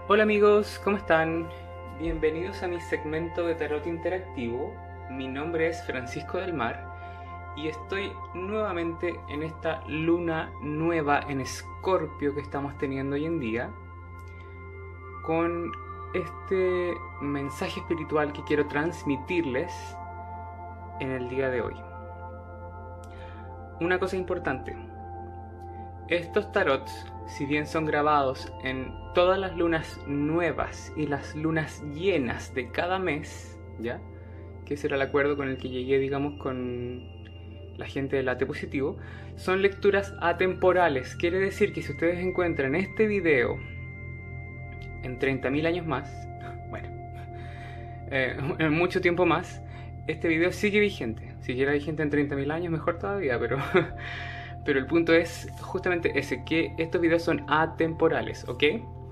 Hola amigos, ¿cómo están? Bienvenidos a mi segmento de tarot interactivo. Mi nombre es Francisco del Mar y estoy nuevamente en esta luna nueva en Escorpio que estamos teniendo hoy en día con este mensaje espiritual que quiero transmitirles en el día de hoy. Una cosa importante: estos tarots, si bien son grabados en todas las lunas nuevas y las lunas llenas de cada mes, ¿ya? Que ese era el acuerdo con el que llegué, digamos, con la gente del AT positivo, son lecturas atemporales. Quiere decir que si ustedes encuentran este video en 30.000 años más, bueno, en mucho tiempo más, este video sigue vigente. Si era vigente en 30.000 años, mejor todavía, pero... Pero el punto es justamente ese, que estos videos son atemporales, ¿ok?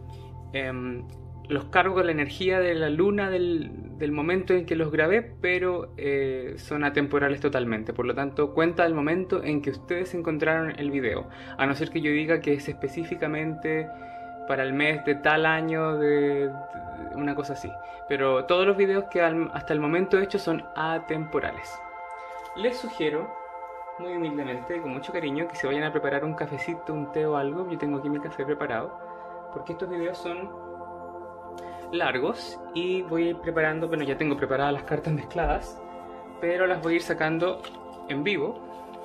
Los cargo con la energía de la luna del momento en que los grabé, pero son atemporales totalmente. Por lo tanto, cuenta el momento en que ustedes encontraron el video. A no ser que yo diga que es específicamente para el mes de tal año, de una cosa así. Pero todos los videos que hasta el momento hechos son atemporales. Les sugiero, muy humildemente, con mucho cariño, que se vayan a preparar un cafecito, un té o algo. Yo tengo aquí mi café preparado, porque estos videos son largos y voy a ir preparando, bueno, ya tengo preparadas las cartas mezcladas, pero las voy a ir sacando en vivo,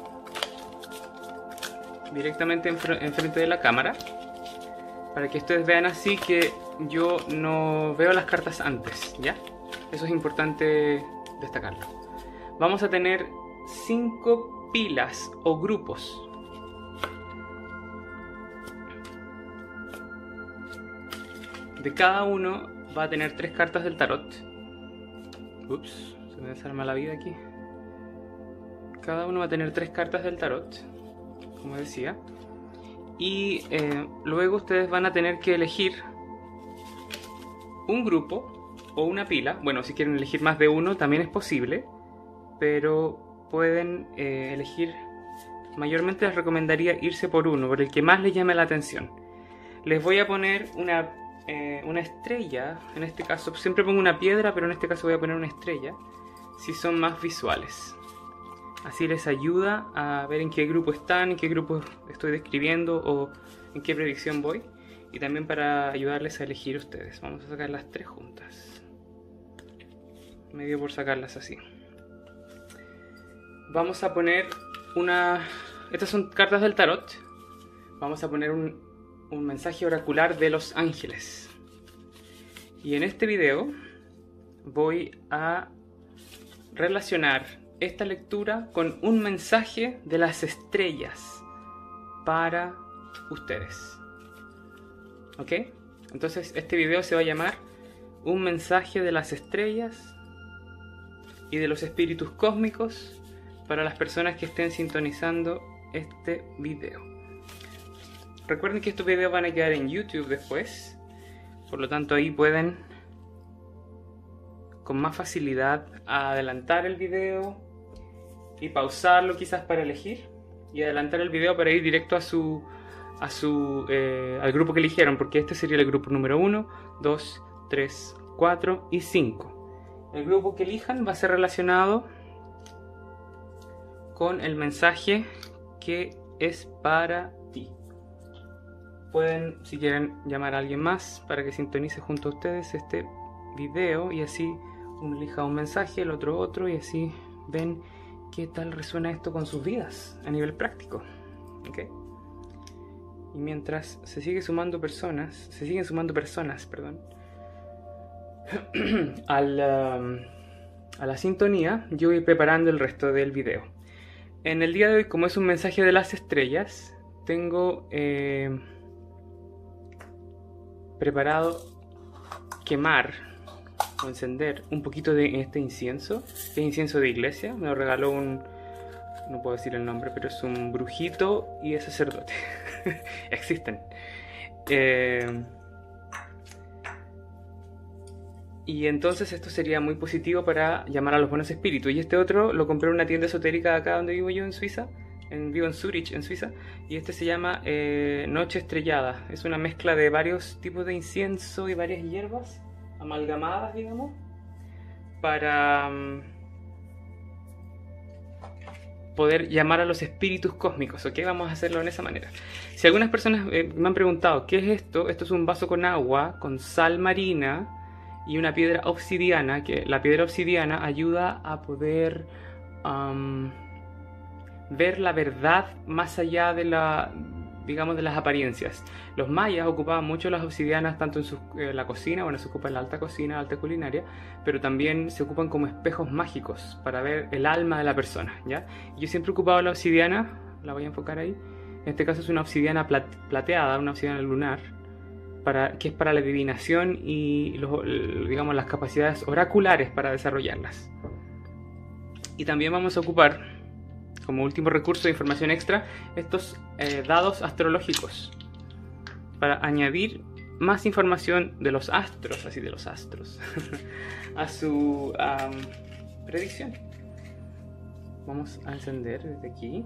directamente enfrente de la cámara, para que ustedes vean así que yo no veo las cartas antes, ¿ya? Eso es importante destacarlo. Vamos a tener 5 pilas o grupos. De cada uno va a tener 3 cartas del tarot. Ups, se me desarma la vida aquí. Cada uno va a tener 3 cartas del tarot, como decía. Y luego ustedes van a tener que elegir un grupo o una pila. Bueno, si quieren elegir más de uno también es posible, pero pueden elegir. Mayormente les recomendaría irse por uno, por el que más les llame la atención. Les voy a poner una estrella. En este caso siempre pongo una piedra, pero en este caso voy a poner una estrella, si son más visuales. Así les ayuda a ver en qué grupo están, en qué grupo estoy describiendo o en qué predicción voy, y también para ayudarles a elegir ustedes. Vamos a sacar las 3 juntas. Me dio por sacarlas así. Vamos a poner estas son cartas del tarot. Vamos a poner un mensaje oracular de los ángeles. Y en este video voy a relacionar esta lectura con un mensaje de las estrellas para ustedes. ¿Ok? Entonces este video se va a llamar Un mensaje de las estrellas y de los espíritus cósmicos para las personas que estén sintonizando este video. Recuerden que estos videos van a quedar en YouTube después, por lo tanto ahí pueden con más facilidad adelantar el video y pausarlo quizás para elegir, y adelantar el video para ir directo al grupo que eligieron, porque este sería el grupo número 1, 2, 3, 4 y 5. El grupo que elijan va a ser relacionado con el mensaje que es para ti. Pueden, si quieren, llamar a alguien más para que sintonice junto a ustedes este video, y así uno elija un mensaje, el otro otro, y así ven qué tal resuena esto con sus vidas a nivel práctico. ¿Okay? Y mientras se siguen sumando personas, perdón, a la sintonía, yo voy preparando el resto del video. En el día de hoy, como es un mensaje de las estrellas, tengo preparado quemar o encender un poquito de este incienso. Es incienso de iglesia, me lo regaló no puedo decir el nombre, pero es un brujito y es sacerdote. Existen. Y entonces esto sería muy positivo para llamar a los buenos espíritus. Y este otro lo compré en una tienda esotérica acá donde vivo yo, en Suiza, vivo en Zurich, en Suiza, y este se llama Noche Estrellada. Es una mezcla de varios tipos de incienso y varias hierbas amalgamadas, digamos, para poder llamar a los espíritus cósmicos, ¿ok? Vamos a hacerlo en esa manera. Si algunas personas me han preguntado, ¿qué es esto? Esto es un vaso con agua, con sal marina y una piedra obsidiana, que la piedra obsidiana ayuda a poder ver la verdad más allá de digamos, de las apariencias. Los mayas ocupaban mucho las obsidianas tanto en la cocina, bueno, se ocupa en la alta cocina, alta culinaria, pero también se ocupan como espejos mágicos para ver el alma de la persona, ¿ya? Yo siempre he ocupado la obsidiana, la voy a enfocar ahí. En este caso es una obsidiana plateada, una obsidiana lunar, que es para la adivinación y digamos, las capacidades oraculares para desarrollarlas. Y también vamos a ocupar, como último recurso de información extra, estos dados astrológicos para añadir más información de los astros, así de los astros, a su predicción. Vamos a encender desde aquí.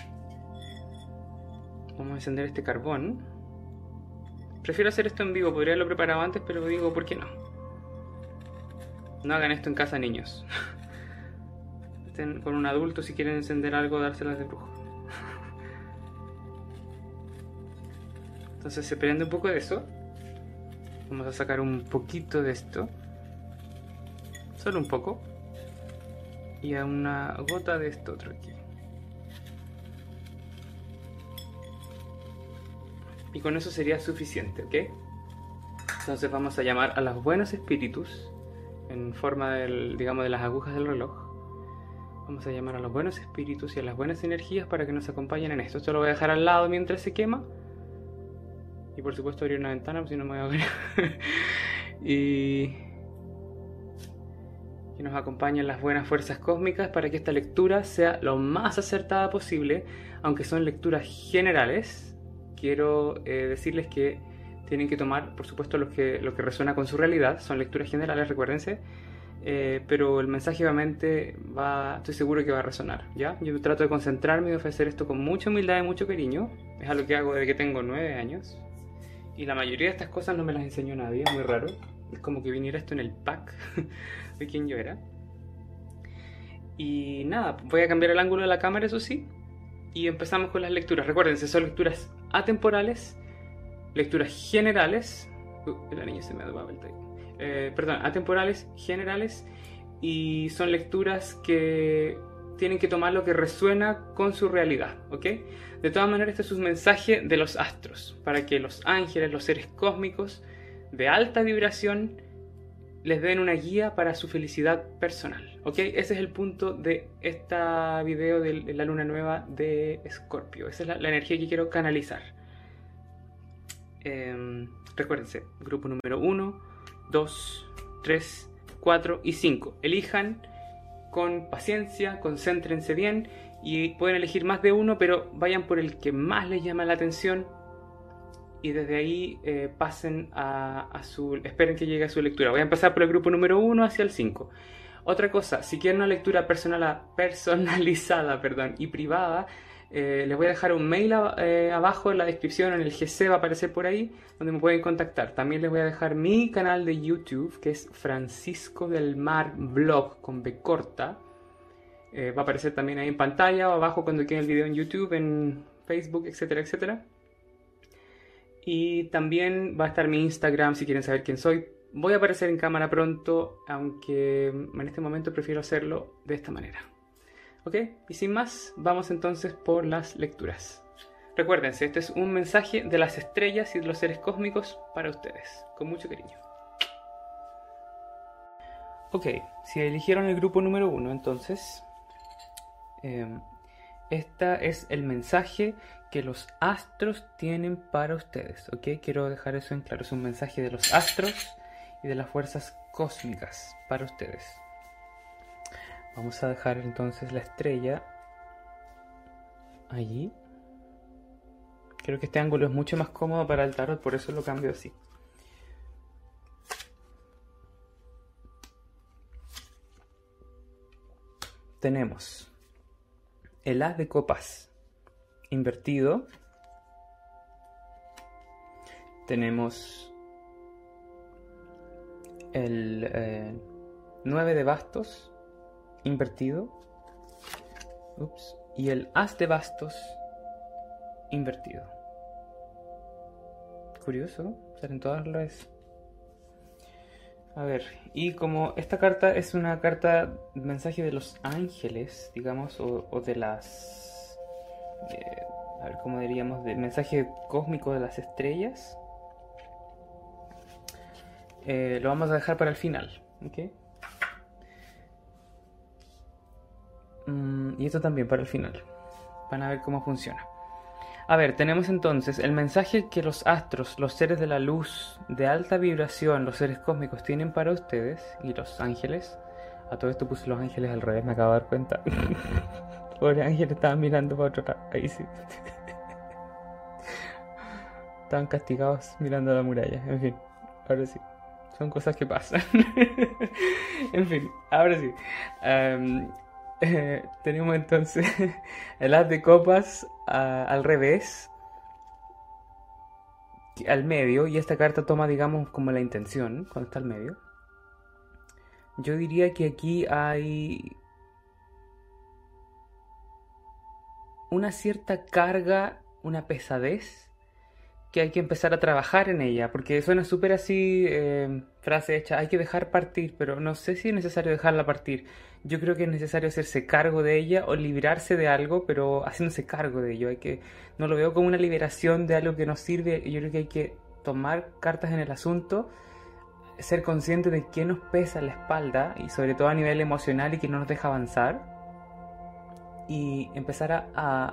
Vamos a encender este carbón. Prefiero hacer esto en vivo, podría haberlo preparado antes, pero digo, ¿por qué no? No hagan esto en casa, niños. Estén con un adulto si quieren encender algo, dárselas de brujo. Entonces se prende un poco de eso. Vamos a sacar un poquito de esto. Solo un poco. Y a una gota de esto otro aquí. Y con eso sería suficiente, ¿ok? Entonces vamos a llamar a los buenos espíritus en forma digamos, de las agujas del reloj. Vamos a llamar a los buenos espíritus y a las buenas energías para que nos acompañen en esto. Esto lo voy a dejar al lado mientras se quema. Y por supuesto abrir una ventana, si no me voy a ver. Y que nos acompañen las buenas fuerzas cósmicas para que esta lectura sea lo más acertada posible. Aunque son lecturas generales, quiero decirles que tienen que tomar, por supuesto, lo que resuena con su realidad. Son lecturas generales, recuérdense. Pero el mensaje obviamente estoy seguro que va a resonar, ¿ya? Yo trato de concentrarme y de ofrecer esto con mucha humildad y mucho cariño. Es algo que hago desde que tengo 9 años. Y la mayoría de estas cosas no me las enseñó nadie, es muy raro. Es como que viniera esto en el pack de quien yo era. Y nada, voy a cambiar el ángulo de la cámara, eso sí. Y empezamos con las lecturas. Recuérdense, son lecturas atemporales, lecturas generales. La niña se me ha dado vuelta ahí. Atemporales, generales, y son lecturas que tienen que tomar lo que resuena con su realidad, ¿ok? De todas maneras, este es un mensaje de los astros, para que los ángeles, los seres cósmicos de alta vibración, les den una guía para su felicidad personal, ¿ok? Ese es el punto de este video de la luna nueva de Escorpio. Esa es la energía que quiero canalizar. Recuérdense, grupo número 1, 2, 3, 4 y 5. Elijan con paciencia, concéntrense bien y pueden elegir más de uno, pero vayan por el que más les llama la atención y desde ahí pasen esperen que llegue a su lectura. Voy a empezar por el grupo número 1 hacia el 5. Otra cosa, si quieren una lectura personalizada y privada, les voy a dejar un mail abajo en la descripción, en el GC va a aparecer por ahí, donde me pueden contactar. También les voy a dejar mi canal de YouTube, que es Francisco del Mar Blog, con B corta. Va a aparecer también ahí en pantalla o abajo cuando quede el video en YouTube, en Facebook, etcétera, etcétera. Y también va a estar mi Instagram si quieren saber quién soy. Voy a aparecer en cámara pronto, aunque en este momento prefiero hacerlo de esta manera. ¿Ok? Y sin más, vamos entonces por las lecturas. Recuérdense, este es un mensaje de las estrellas y de los seres cósmicos para ustedes, con mucho cariño. Ok, si eligieron el grupo número 1, entonces este es el mensaje que los astros tienen para ustedes, ¿ok? Quiero dejar eso en claro, es un mensaje de los astros y de las fuerzas cósmicas para ustedes. Vamos a dejar entonces la estrella allí. Creo que este ángulo es mucho más cómodo para el tarot, por eso lo cambio así. Tenemos el as de copas, invertido. Tenemos el 9 de bastos invertido. Ups. Y el as de bastos invertido. Curioso, salen todas las... A ver, y como esta carta es una carta mensaje de los ángeles, digamos, o de las... a ver, ¿cómo diríamos? De mensaje cósmico de las estrellas. Lo vamos a dejar para el final, ¿ok? Y esto también para el final. Van a ver cómo funciona. A ver, tenemos entonces el mensaje que los astros, los seres de la luz de alta vibración, los seres cósmicos tienen para ustedes y los ángeles. A todo esto puse los ángeles al revés, me acabo de dar cuenta. Pobre ángeles, estaban mirando para otro lado. Ahí sí. Estaban castigados mirando a la muralla. En fin, ahora sí. Son cosas que pasan. En fin, ahora sí. Tenemos entonces el as de copas al revés, al medio, y esta carta toma, digamos, como la intención cuando está al medio. Yo diría que aquí hay una cierta carga, una pesadez que hay que empezar a trabajar en ella, porque suena súper así, frase hecha, hay que dejar partir, pero no sé si es necesario dejarla partir. Yo creo que es necesario hacerse cargo de ella o librarse de algo, pero haciéndose cargo de ello. No lo veo como una liberación de algo que nos sirve. Yo creo que hay que tomar cartas en el asunto, ser consciente de qué nos pesa en la espalda, y sobre todo a nivel emocional y que no nos deja avanzar, y empezar a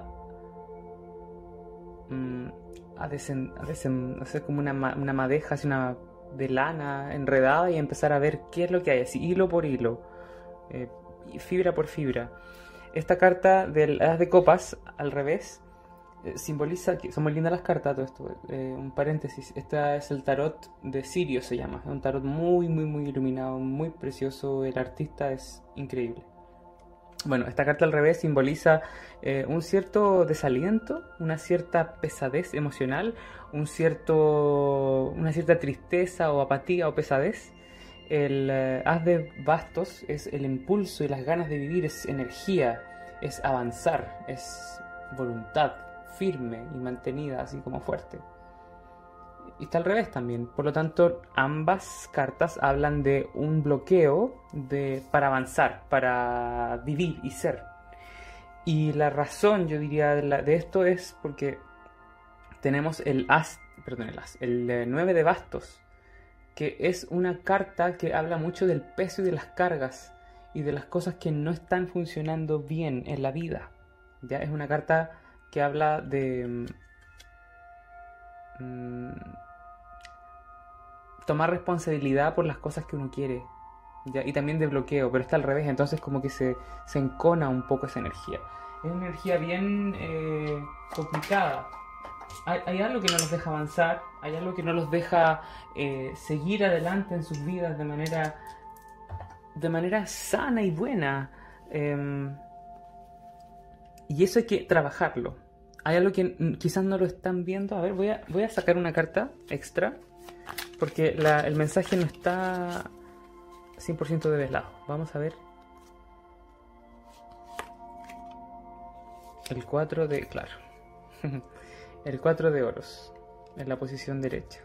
hacer como una madeja así de lana enredada, y empezar a ver qué es lo que hay, así hilo por hilo, fibra por fibra. Esta carta del as de copas al revés simboliza que son muy lindas las cartas. Todo esto, un paréntesis, esta es el tarot de Sirio, se llama. Es un tarot muy muy muy iluminado, muy precioso. El artista es increíble. Bueno, esta carta al revés simboliza un cierto desaliento, una cierta pesadez emocional, una cierta tristeza o apatía o pesadez. El as de bastos es el impulso y las ganas de vivir, es energía, es avanzar, es voluntad firme y mantenida, así como fuerte. Y está al revés también. Por lo tanto, ambas cartas hablan de un bloqueo para avanzar, para vivir y ser. Y la razón, yo diría, de esto es porque tenemos el 9 de bastos, que es una carta que habla mucho del peso y de las cargas y de las cosas que no están funcionando bien en la vida. ¿Ya? Es una carta que habla de tomar responsabilidad por las cosas que uno quiere, ¿ya? Y también de bloqueo, pero está al revés, entonces como que se encona un poco esa energía. Es una energía bien complicada. Hay algo que no los deja avanzar, hay algo que no los deja seguir adelante en sus vidas de manera sana y buena. Y eso hay que trabajarlo. Hay algo que quizás no lo están viendo. A ver, voy a sacar una carta extra, porque el mensaje no está 100% develado. Vamos a ver. El 4 de... Claro. El 4 de oros, en la posición derecha.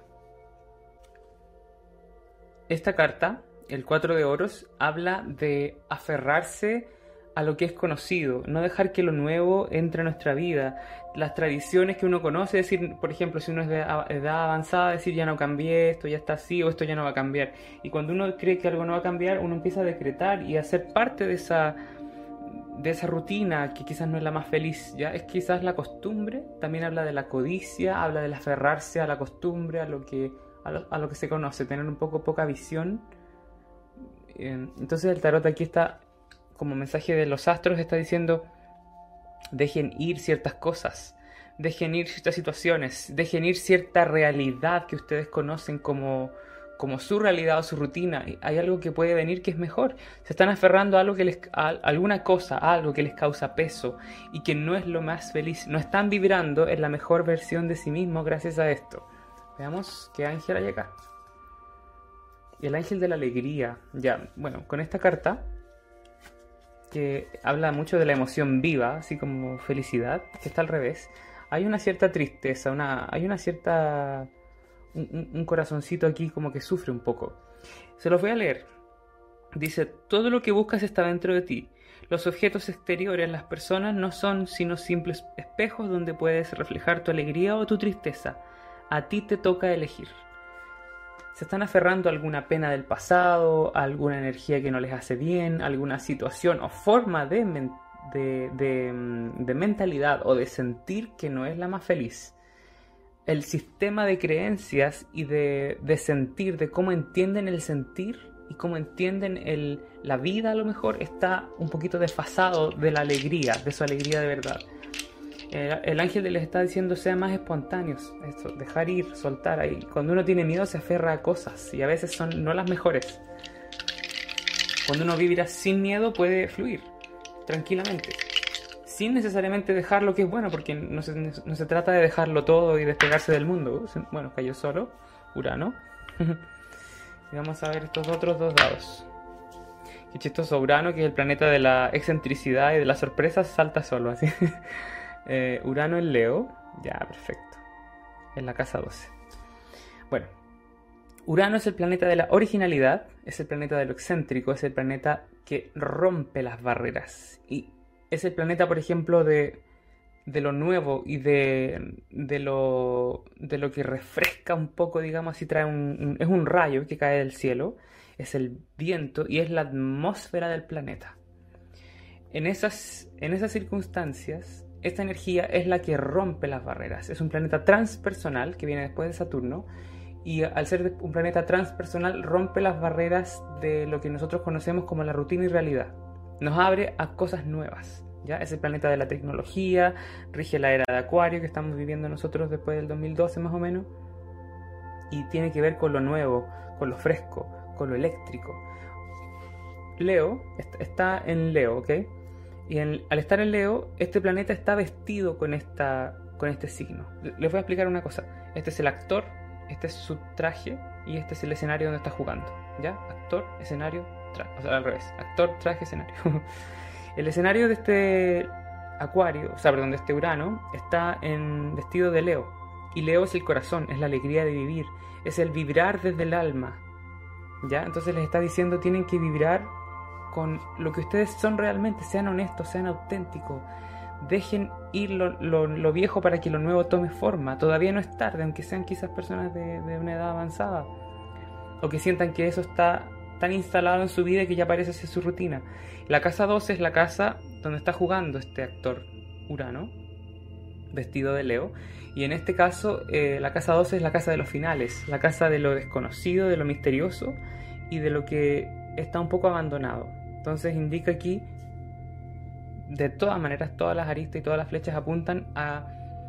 Esta carta, el 4 de oros, habla de aferrarse a lo que es conocido, no dejar que lo nuevo entre a nuestra vida. Las tradiciones que uno conoce, decir, por ejemplo, si uno es de edad avanzada, decir ya no cambié, esto ya está así o esto ya no va a cambiar. Y cuando uno cree que algo no va a cambiar, uno empieza a decretar y a ser parte de esa rutina que quizás no es la más feliz, ya es quizás la costumbre. También habla de la codicia, habla del aferrarse a la costumbre, a lo que se conoce, tener un poco poca visión. Entonces el tarot aquí está como mensaje de los astros, está diciendo: dejen ir ciertas cosas, dejen ir ciertas situaciones, dejen ir cierta realidad que ustedes conocen como como su realidad o su rutina. Hay algo que puede venir que es mejor. Se están aferrando a algo a alguna cosa, a algo que les causa peso y que no es lo más feliz. No están vibrando en la mejor versión de sí mismos gracias a esto. Veamos qué ángel hay acá. El ángel de la alegría. Ya, bueno, con esta carta, que habla mucho de la emoción viva, así como felicidad, que está al revés, hay una cierta tristeza, hay una cierta... un corazoncito aquí como que sufre un poco. Se los voy a leer. Dice: todo lo que buscas está dentro de ti. Los objetos exteriores, las personas, no son sino simples espejos donde puedes reflejar tu alegría o tu tristeza. A ti te toca elegir. Se están aferrando a alguna pena del pasado, a alguna energía que no les hace bien, a alguna situación o forma de mentalidad o de sentir que no es la más feliz. El sistema de creencias y de sentir, de cómo entienden el sentir y cómo entienden la vida, a lo mejor está un poquito desfasado de la alegría, de su alegría de verdad. El ángel les está diciendo: sean más espontáneos, esto, dejar ir, soltar. Ahí. Cuando uno tiene miedo se aferra a cosas y a veces son no las mejores. Cuando uno vivirá sin miedo puede fluir tranquilamente, sin necesariamente dejar lo que es bueno, porque no se trata de dejarlo todo y despegarse del mundo. Bueno, cayó solo Urano. Y vamos a ver estos otros dos dados. Qué chistoso, Urano, que es el planeta de la excentricidad y de las sorpresas, salta solo así. Urano en Leo, ya, perfecto, en la casa 12. Bueno, Urano es el planeta de la originalidad, es el planeta de lo excéntrico, es el planeta que rompe las barreras y es el planeta, por ejemplo, de lo nuevo y de lo que refresca un poco, digamos así, trae es un rayo que cae del cielo, es el viento y es la atmósfera del planeta. En esas circunstancias, esta energía es la que rompe las barreras. Es un planeta transpersonal que viene después de Saturno y al ser un planeta transpersonal rompe las barreras de lo que nosotros conocemos como la rutina y realidad. Nos abre a cosas nuevas. ¿Ya? Es el planeta de la tecnología, rige la era de Acuario que estamos viviendo nosotros después del 2012 más o menos, y tiene que ver con lo nuevo, con lo fresco, con lo eléctrico. Leo está en Leo, ¿ok? Y al estar en Leo, este planeta está vestido con este signo. Les voy a explicar una cosa. Este es el actor, este es su traje y este es el escenario donde está jugando. ¿Ya? Actor, escenario, traje. O sea, al revés. Actor, traje, escenario. El escenario de este Acuario, de este Urano, está vestido de Leo. Y Leo es el corazón, es la alegría de vivir, es el vibrar desde el alma. ¿Ya? Entonces les está diciendo, tienen que vibrar con lo que ustedes son realmente, sean honestos, sean auténticos, dejen ir lo viejo para que lo nuevo tome forma. Todavía no es tarde, aunque sean quizás personas de una edad avanzada, o que sientan que eso está tan instalado en su vida que ya parece ser su rutina. La casa 12 es la casa donde está jugando este actor Urano, vestido de Leo, y en este caso la casa 12 es la casa de los finales, la casa de lo desconocido, de lo misterioso y de lo que está un poco abandonado. Entonces indica aquí, de todas maneras, todas las aristas y todas las flechas apuntan a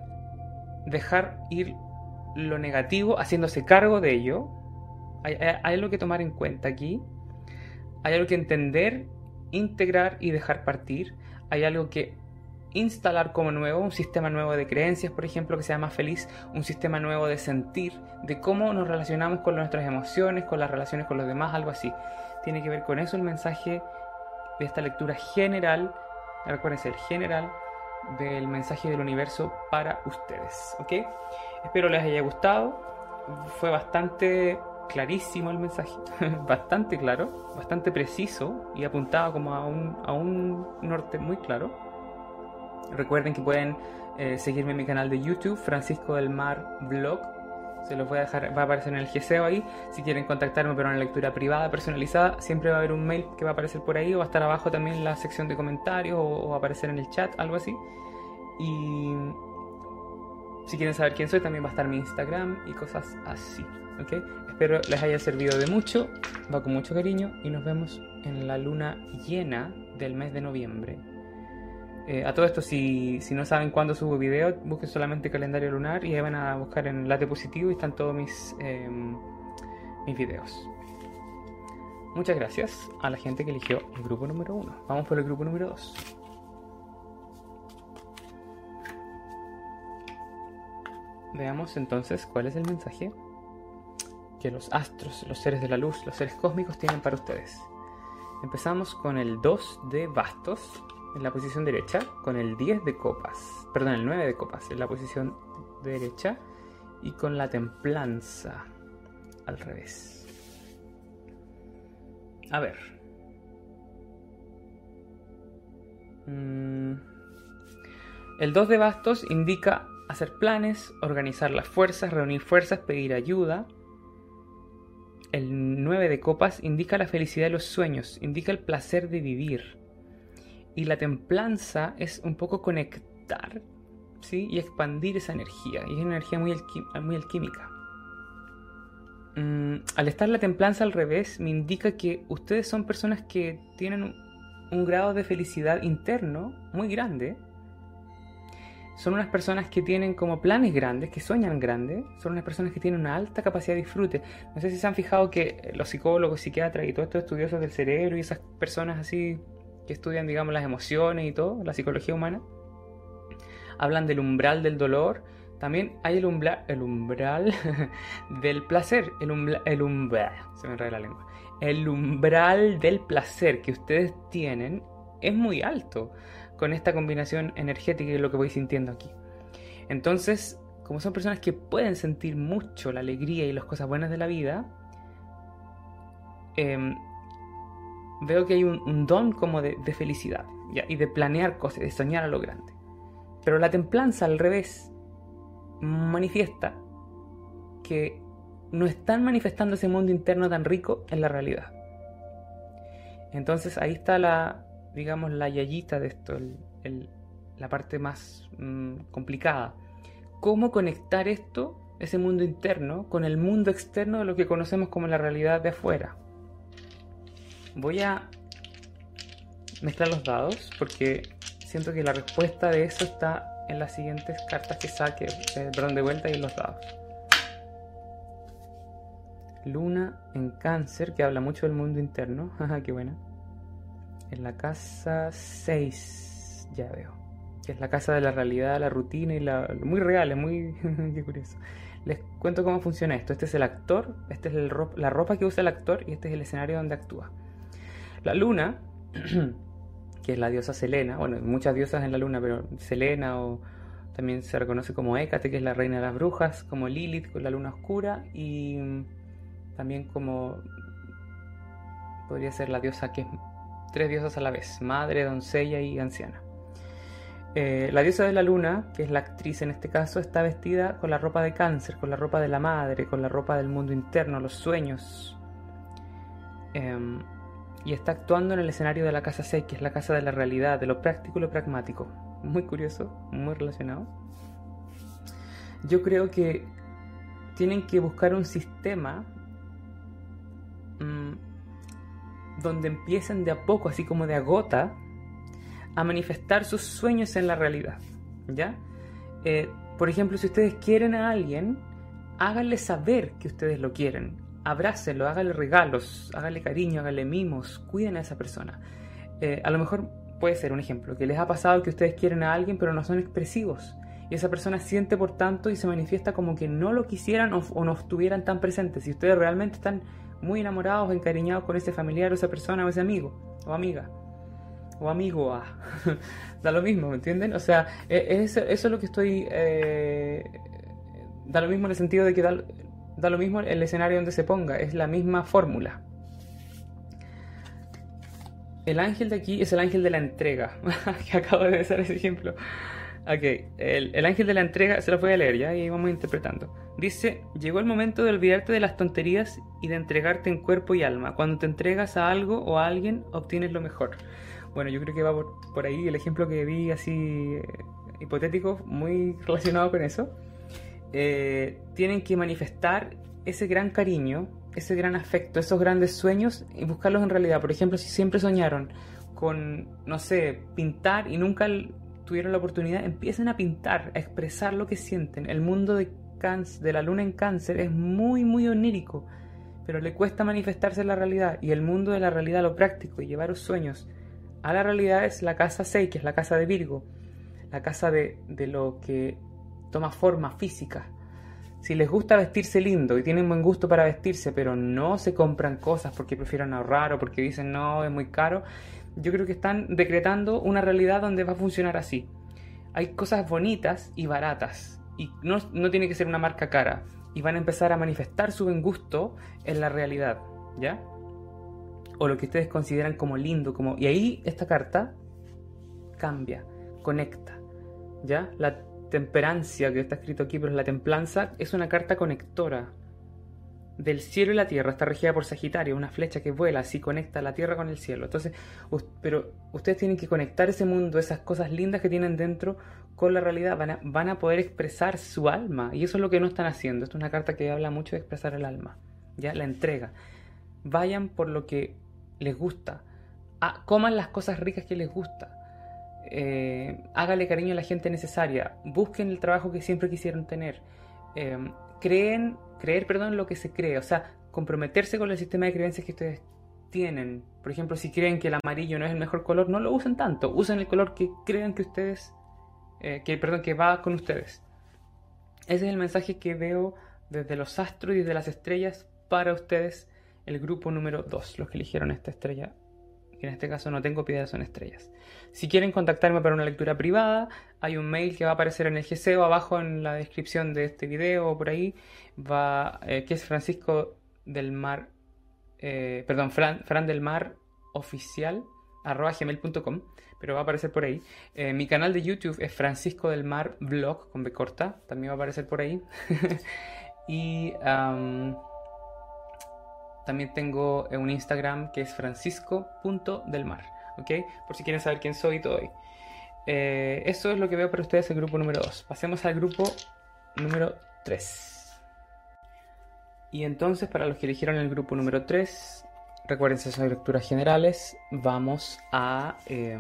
dejar ir lo negativo, haciéndose cargo de ello. Hay algo que tomar en cuenta aquí, hay algo que entender, integrar y dejar partir, hay algo que instalar como nuevo, un sistema nuevo de creencias, por ejemplo, que sea más feliz, un sistema nuevo de sentir, de cómo nos relacionamos con nuestras emociones, con las relaciones con los demás, algo así. Tiene que ver con eso el mensaje de esta lectura general, recuérdense, el general del mensaje del universo para ustedes, ¿ok? Espero les haya gustado, fue bastante clarísimo el mensaje, bastante claro, bastante preciso y apuntado como a un norte muy claro. Recuerden que pueden seguirme en mi canal de YouTube, Francisco del Mar Blog. Se los voy a dejar, va a aparecer en el GSEO ahí. Si quieren contactarme para una lectura privada, personalizada, siempre va a haber un mail que va a aparecer por ahí, o va a estar abajo también en la sección de comentarios, o va a aparecer en el chat, algo así. Y si quieren saber quién soy, también va a estar mi Instagram y cosas así, ¿ok? Espero les haya servido de mucho, va con mucho cariño y nos vemos en la luna llena del mes de noviembre. A todo esto, si no saben cuándo subo video, busquen solamente calendario lunar y ahí van a buscar en Late Positivo y están todos mis videos. Muchas gracias a la gente que eligió el grupo número 1. Vamos por el grupo número 2. Veamos entonces cuál es el mensaje que los astros, los seres de la luz, los seres cósmicos tienen para ustedes. Empezamos con el 2 de bastos en la posición derecha, con el 10 de copas, perdón, el 9 de copas en la posición derecha y con la templanza al revés. A ver. El 2 de bastos indica hacer planes, organizar las fuerzas, reunir fuerzas, pedir ayuda. El 9 de copas indica la felicidad de los sueños, indica el placer de vivir. Y la templanza es un poco conectar, ¿sí? Y expandir esa energía. Y es una energía muy alquímica. Al estar la templanza al revés, me indica que ustedes son personas que tienen un grado de felicidad interno muy grande. Son unas personas que tienen como planes grandes, que sueñan grandes. Son unas personas que tienen una alta capacidad de disfrute. No sé si se han fijado que los psicólogos, psiquiatras y todos estos estudiosos del cerebro y esas personas así que estudian, digamos, las emociones y todo, la psicología humana, hablan del umbral del dolor. También hay el umbral del placer. Se me enreda la lengua. El umbral del placer que ustedes tienen es muy alto con esta combinación energética y lo que voy sintiendo aquí. Entonces, como son personas que pueden sentir mucho la alegría y las cosas buenas de la vida, veo que hay un don como de felicidad, ¿ya? Y de planear cosas, de soñar a lo grande. Pero la templanza al revés manifiesta que no están manifestando ese mundo interno tan rico en la realidad. Entonces ahí está la yayita de esto, la parte más complicada. ¿Cómo conectar esto, ese mundo interno, con el mundo externo de lo que conocemos como la realidad de afuera? Voy a mezclar los dados porque siento que la respuesta de eso está en las siguientes cartas que saque, de vuelta y en los dados. Luna en Cáncer, que habla mucho del mundo interno. Qué buena. En la casa 6, ya veo, que es la casa de la realidad, la rutina y muy real, es muy qué curioso. Les cuento cómo funciona esto. Este es el actor, este es la ropa que usa el actor y este es el escenario donde actúa. La luna, que es la diosa Selena, bueno, hay muchas diosas en la luna, pero Selena, o también se reconoce como Hécate, que es la reina de las brujas, como Lilith con la luna oscura, y también como podría ser la diosa que es 3 diosas a la vez: madre, doncella y anciana. La diosa de la luna, que es la actriz en este caso, está vestida con la ropa de Cáncer, con la ropa de la madre, con la ropa del mundo interno, los sueños, y está actuando en el escenario de la casa 6, que es la casa de la realidad, de lo práctico y lo pragmático. Muy curioso, muy relacionado. Yo creo que tienen que buscar un sistema donde empiecen de a poco, así como de a gota, a manifestar sus sueños en la realidad, ¿ya? Por ejemplo, si ustedes quieren a alguien, háganle saber que ustedes lo quieren. Abrácenlo, háganle regalos, háganle cariño, háganle mimos, cuiden a esa persona. A lo mejor puede ser un ejemplo, que les ha pasado que ustedes quieren a alguien pero no son expresivos. Y esa persona siente por tanto y se manifiesta como que no lo quisieran o no estuvieran tan presentes. Si ustedes realmente están muy enamorados, encariñados con ese familiar o esa persona o ese amigo o amiga o amigo, da lo mismo, ¿me entienden? O sea, eso es lo que estoy... da lo mismo en el sentido de que da lo mismo el escenario donde se ponga, es la misma fórmula. El ángel de aquí es el ángel de la entrega, que acabo de usar ese ejemplo. Ok, el ángel de la entrega, se lo voy a leer ya y vamos interpretando. Dice: llegó el momento de olvidarte de las tonterías y de entregarte en cuerpo y alma. Cuando te entregas a algo o a alguien, obtienes lo mejor. Bueno, yo creo que va por ahí el ejemplo que vi así hipotético, muy relacionado con eso. Tienen que manifestar ese gran cariño, ese gran afecto, esos grandes sueños y buscarlos en realidad. Por ejemplo, si siempre soñaron con, no sé, pintar y nunca tuvieron la oportunidad, empiecen a pintar, a expresar lo que sienten. El mundo de la luna en Cáncer es muy, muy onírico. pero le cuesta manifestarse en la realidad. Y el mundo de la realidad, lo práctico y llevar los sueños a la realidad es la casa 6, que es la casa de Virgo, la casa de lo que toma forma física. Si les gusta vestirse lindo y tienen buen gusto para vestirse, pero no se compran cosas porque prefieren ahorrar o porque dicen no, es muy caro, yo creo que están decretando una realidad donde va a funcionar así. Hay cosas bonitas y baratas, y no tiene que ser una marca cara, y van a empezar a manifestar su buen gusto en la realidad, ¿ya? O lo que ustedes consideran como lindo, y ahí esta carta cambia, conecta, ¿ya? La temperancia, que está escrito aquí, pero es la templanza, es una carta conectora del cielo y la tierra. Está regida por Sagitario, una flecha que vuela, así conecta la tierra con el cielo. Entonces, pero ustedes tienen que conectar ese mundo, esas cosas lindas que tienen dentro, con la realidad. Van a poder expresar su alma, y eso es lo que no están haciendo. Esto es una carta que habla mucho de expresar el alma, ¿ya? La entrega. Vayan por lo que les gusta, coman las cosas ricas que les gusta. Hágale cariño a la gente necesaria, busquen el trabajo que siempre quisieron tener, creer lo que se cree, o sea, comprometerse con el sistema de creencias que ustedes tienen. Por ejemplo, si creen que el amarillo no es el mejor color, no lo usen tanto, usen el color que crean que ustedes, que va con ustedes. Ese es el mensaje que veo desde los astros y desde las estrellas para ustedes, el grupo número 2, los que eligieron esta estrella. En este caso no tengo piedras, son estrellas. Si quieren contactarme para una lectura privada, hay un mail que va a aparecer en el GC o abajo en la descripción de este video o por ahí, que es Francisco del Mar, Fran del Mar oficial @gmail.com, pero va a aparecer por ahí. Mi canal de YouTube es Francisco del Mar Blog con B corta, también va a aparecer por ahí. Y también tengo un Instagram que es francisco.delmar, ¿ok? Por si quieren saber quién soy y todo ahí. Eso es lo que veo para ustedes el grupo número 2. Pasemos al grupo número 3. Y entonces, para los que eligieron el grupo número 3, recuerden, son lecturas generales. Vamos a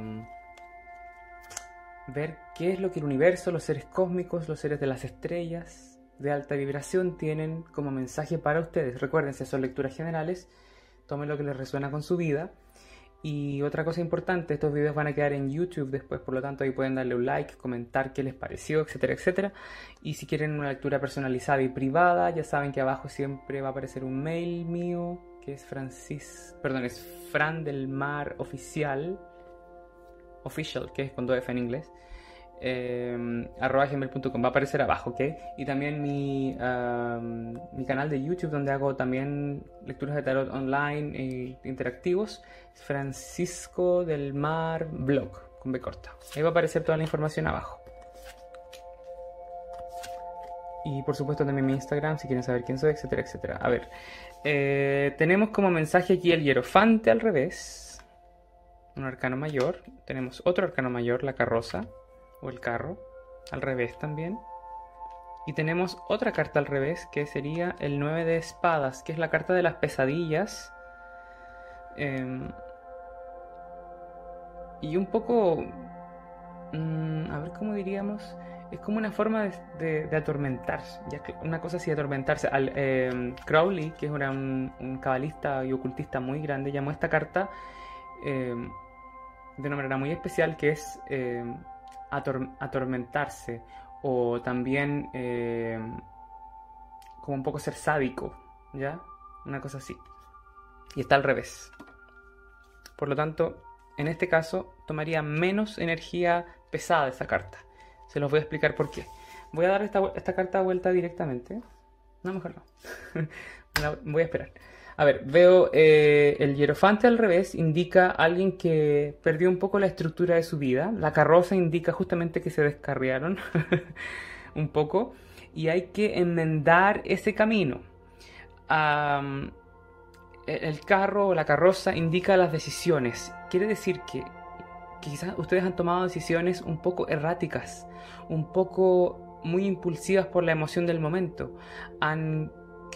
ver qué es lo que el universo, los seres cósmicos, los seres de las estrellas de alta vibración tienen como mensaje para ustedes. Recuerden, son lecturas generales, tomen lo que les resuena con su vida. Y otra cosa importante, estos videos van a quedar en YouTube después, por lo tanto ahí pueden darle un like, comentar qué les pareció, etcétera, etcétera. Y si quieren una lectura personalizada y privada, ya saben que abajo siempre va a aparecer un mail mío, que es Fran del Mar Official, que es con 2F en inglés, @gmail.com, va a aparecer abajo, ¿ok? Y también mi canal de YouTube, donde hago también lecturas de tarot online e interactivos, es Francisco del Mar Blog con B corta. Ahí va a aparecer toda la información abajo. Y por supuesto también mi Instagram, si quieren saber quién soy, etcétera, etcétera. A ver, tenemos como mensaje aquí el hierofante al revés, un arcano mayor. Tenemos otro arcano mayor, la carroza o el carro, al revés también. Y tenemos otra carta al revés, que sería el 9 de espadas, que es la carta de las pesadillas. Y un poco, a ver cómo diríamos, es como una forma de atormentarse, una cosa así, de atormentarse. Crowley, que es un cabalista y ocultista muy grande, llamó esta carta de una manera muy especial, que es atormentarse, o también como un poco ser sádico, ¿ya? Una cosa así. Y está al revés. Por lo tanto, en este caso tomaría menos energía pesada esa carta. Se los voy a explicar por qué. Voy a dar esta carta vuelta directamente. No, mejor no. Voy a esperar. A ver, veo el hierofante al revés, indica a alguien que perdió un poco la estructura de su vida. La carroza indica justamente que se descarriaron un poco y hay que enmendar ese camino. El carro o la carroza indica las decisiones. Quiere decir que quizás ustedes han tomado decisiones un poco erráticas, un poco muy impulsivas por la emoción del momento. Han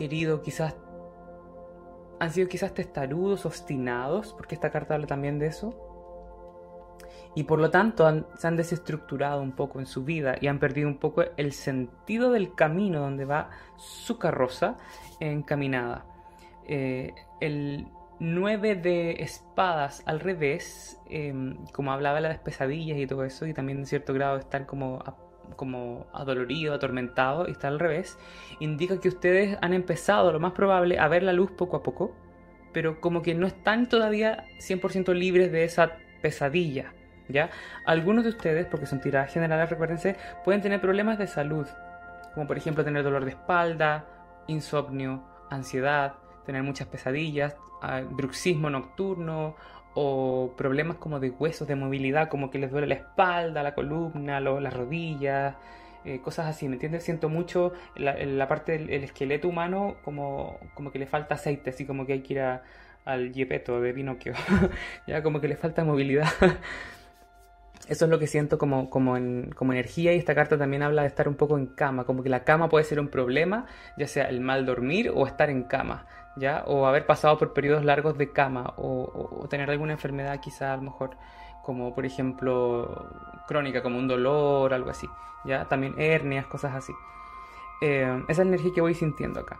sido quizás testarudos, obstinados, porque esta carta habla también de eso. Y por lo tanto se han desestructurado un poco en su vida y han perdido un poco el sentido del camino donde va su carroza encaminada. el 9 de espadas al revés, como hablaba de las pesadillas y todo eso, y también en cierto grado de estar como adolorido, atormentado, y está al revés, indica que ustedes han empezado, lo más probable, a ver la luz poco a poco, pero como que no están todavía 100% libres de esa pesadilla, ¿ya? Algunos de ustedes, porque son tiradas generales, recuérdense, pueden tener problemas de salud, como por ejemplo tener dolor de espalda, insomnio, ansiedad, tener muchas pesadillas, bruxismo nocturno, o problemas como de huesos, de movilidad, como que les duele la espalda, la columna, las rodillas, cosas así, ¿me entiendes? Siento mucho la parte del esqueleto humano como que le falta aceite, así como que hay que ir al Gepetto de Pinocchio, ya como que le falta movilidad. Eso es lo que siento como energía, y esta carta también habla de estar un poco en cama, como que la cama puede ser un problema, ya sea el mal dormir o estar en cama, ¿ya? O haber pasado por periodos largos de cama, o tener alguna enfermedad quizá a lo mejor, como por ejemplo crónica, como un dolor, algo así, ¿ya? También hernias, cosas así. Esa es la energía que voy sintiendo acá.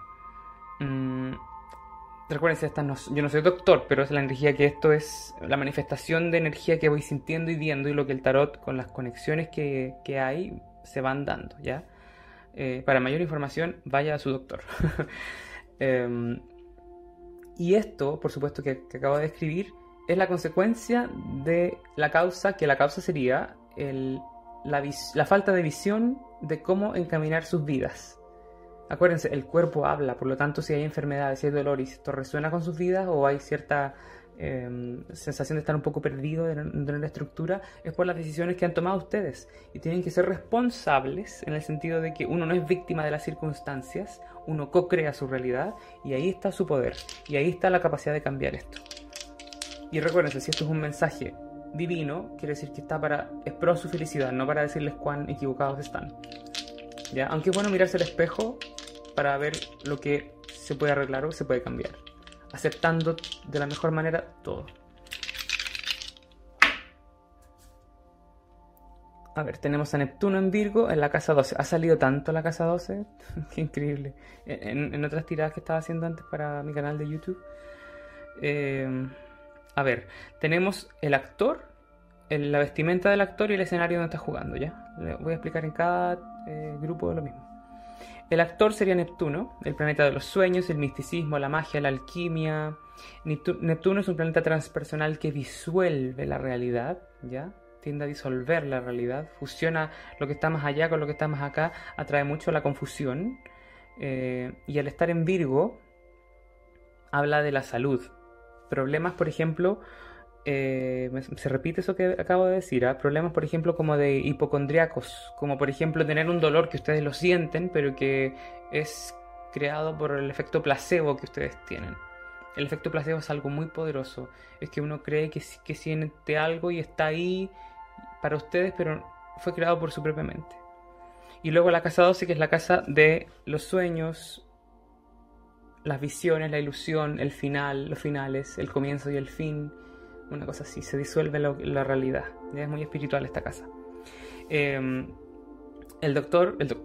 Recuerden, yo no soy doctor, pero es la energía que esto es, la manifestación de energía que voy sintiendo y viendo, y lo que el tarot, con las conexiones que hay, se van dando, ¿ya? Para mayor información, vaya a su doctor. Y esto, por supuesto, que acabo de describir, es la consecuencia de la causa, que la causa sería la falta de visión de cómo encaminar sus vidas. Acuérdense, el cuerpo habla, por lo tanto, si hay enfermedades, si hay dolor y si esto resuena con sus vidas, o hay cierta sensación de estar un poco perdido de la estructura, es por las decisiones que han tomado ustedes. Y tienen que ser responsables en el sentido de que uno no es víctima de las circunstancias, uno co-crea su realidad, y ahí está su poder, y ahí está la capacidad de cambiar esto. Y recuérdense, si esto es un mensaje divino, quiere decir que es pro su felicidad, no para decirles cuán equivocados están, ¿ya? Aunque es bueno mirarse al espejo para ver lo que se puede arreglar o se puede cambiar, aceptando de la mejor manera todo. A ver, tenemos a Neptuno en Virgo en la casa 12. Ha salido tanto la casa 12, qué increíble. En otras tiradas que estaba haciendo antes para mi canal de YouTube. A ver, tenemos el actor, la vestimenta del actor y el escenario donde está jugando, ¿ya? Le voy a explicar en cada grupo lo mismo. El actor sería Neptuno, el planeta de los sueños, el misticismo, la magia, la alquimia. Neptuno es un planeta transpersonal que disuelve la realidad, ¿ya? Tiende a disolver la realidad, fusiona lo que está más allá con lo que está más acá, atrae mucho la confusión. Y al estar en Virgo, habla de la salud. Problemas, por ejemplo, se repite eso que acabo de decir, ¿eh? Problemas, por ejemplo, como de hipocondriacos, como por ejemplo tener un dolor que ustedes lo sienten, pero que es creado por el efecto placebo que ustedes tienen. El efecto placebo es algo muy poderoso, es que uno cree que siente algo y está ahí para ustedes, pero fue creado por su propia mente. Y luego la casa 12, que es la casa de los sueños, las visiones, la ilusión, el final, los finales, el comienzo y el fin. Una cosa así, se disuelve la realidad. Ya es muy espiritual esta casa. El doctor, el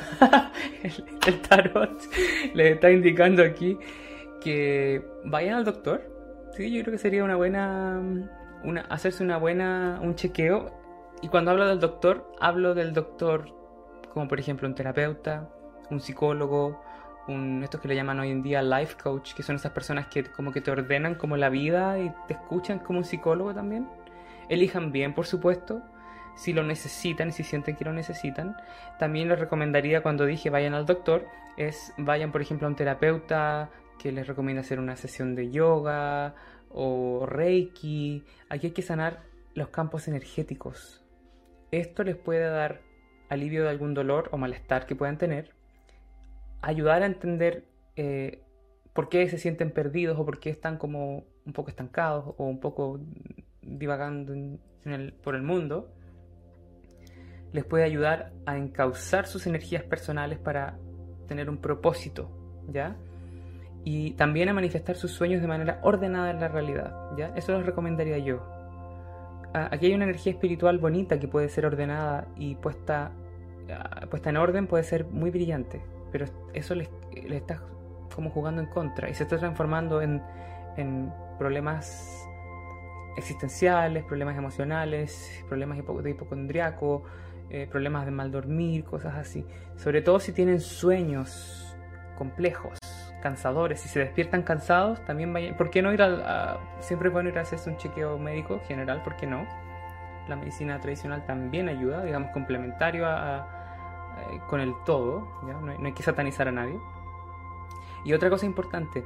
tarot les está indicando aquí que vayan al doctor. Sí, yo creo que sería una buena, hacerse un chequeo. Y cuando hablo del doctor como por ejemplo un terapeuta, un psicólogo, estos que le llaman hoy en día life coach, que son esas personas que como que te ordenan como la vida y te escuchan como un psicólogo también. Elijan bien, por supuesto, si lo necesitan y si sienten que lo necesitan. También les recomendaría, cuando dije vayan al doctor, vayan por ejemplo a un terapeuta que les recomienda hacer una sesión de yoga o reiki. Aquí hay que sanar los campos energéticos. Esto les puede dar alivio de algún dolor o malestar que puedan tener, ayudar a entender por qué se sienten perdidos o por qué están como un poco estancados o un poco divagando por el mundo. Les puede ayudar a encauzar sus energías personales para tener un propósito, ¿ya? Y también a manifestar sus sueños de manera ordenada en la realidad, ¿ya? Eso les recomendaría yo. Aquí hay una energía espiritual bonita que puede ser ordenada y puesta en orden, puede ser muy brillante, pero eso le está como jugando en contra y se está transformando en problemas existenciales, problemas emocionales, problemas de hipocondriaco, problemas de mal dormir, cosas así. Sobre todo si tienen sueños complejos, cansadores. Si se despiertan cansados, también vayan. ¿Por qué no ir siempre es bueno ir a hacerse un chequeo médico general? ¿Por qué no? La medicina tradicional también ayuda, digamos, complementario con el todo, ¿ya? No hay que satanizar a nadie. Y otra cosa importante,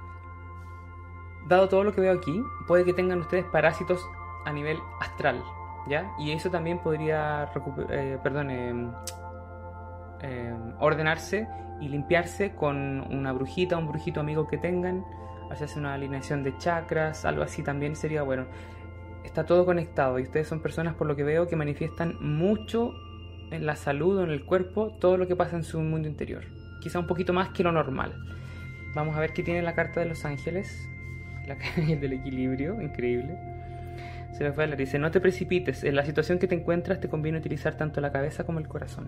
dado todo lo que veo aquí, puede que tengan ustedes parásitos a nivel astral, ¿ya? Y eso también podría ordenarse y limpiarse con una brujita, un brujito amigo que tengan, hacerse una alineación de chakras, algo así también sería bueno. Está todo conectado y ustedes son personas, por lo que veo, que manifiestan mucho en la salud o en el cuerpo todo lo que pasa en su mundo interior. Quizá un poquito más que lo normal. Vamos a ver qué tiene la carta de los ángeles. La calle del equilibrio, increíble. Se les fue a hablar, dice: no te precipites, en la situación que te encuentras te conviene utilizar tanto la cabeza como el corazón.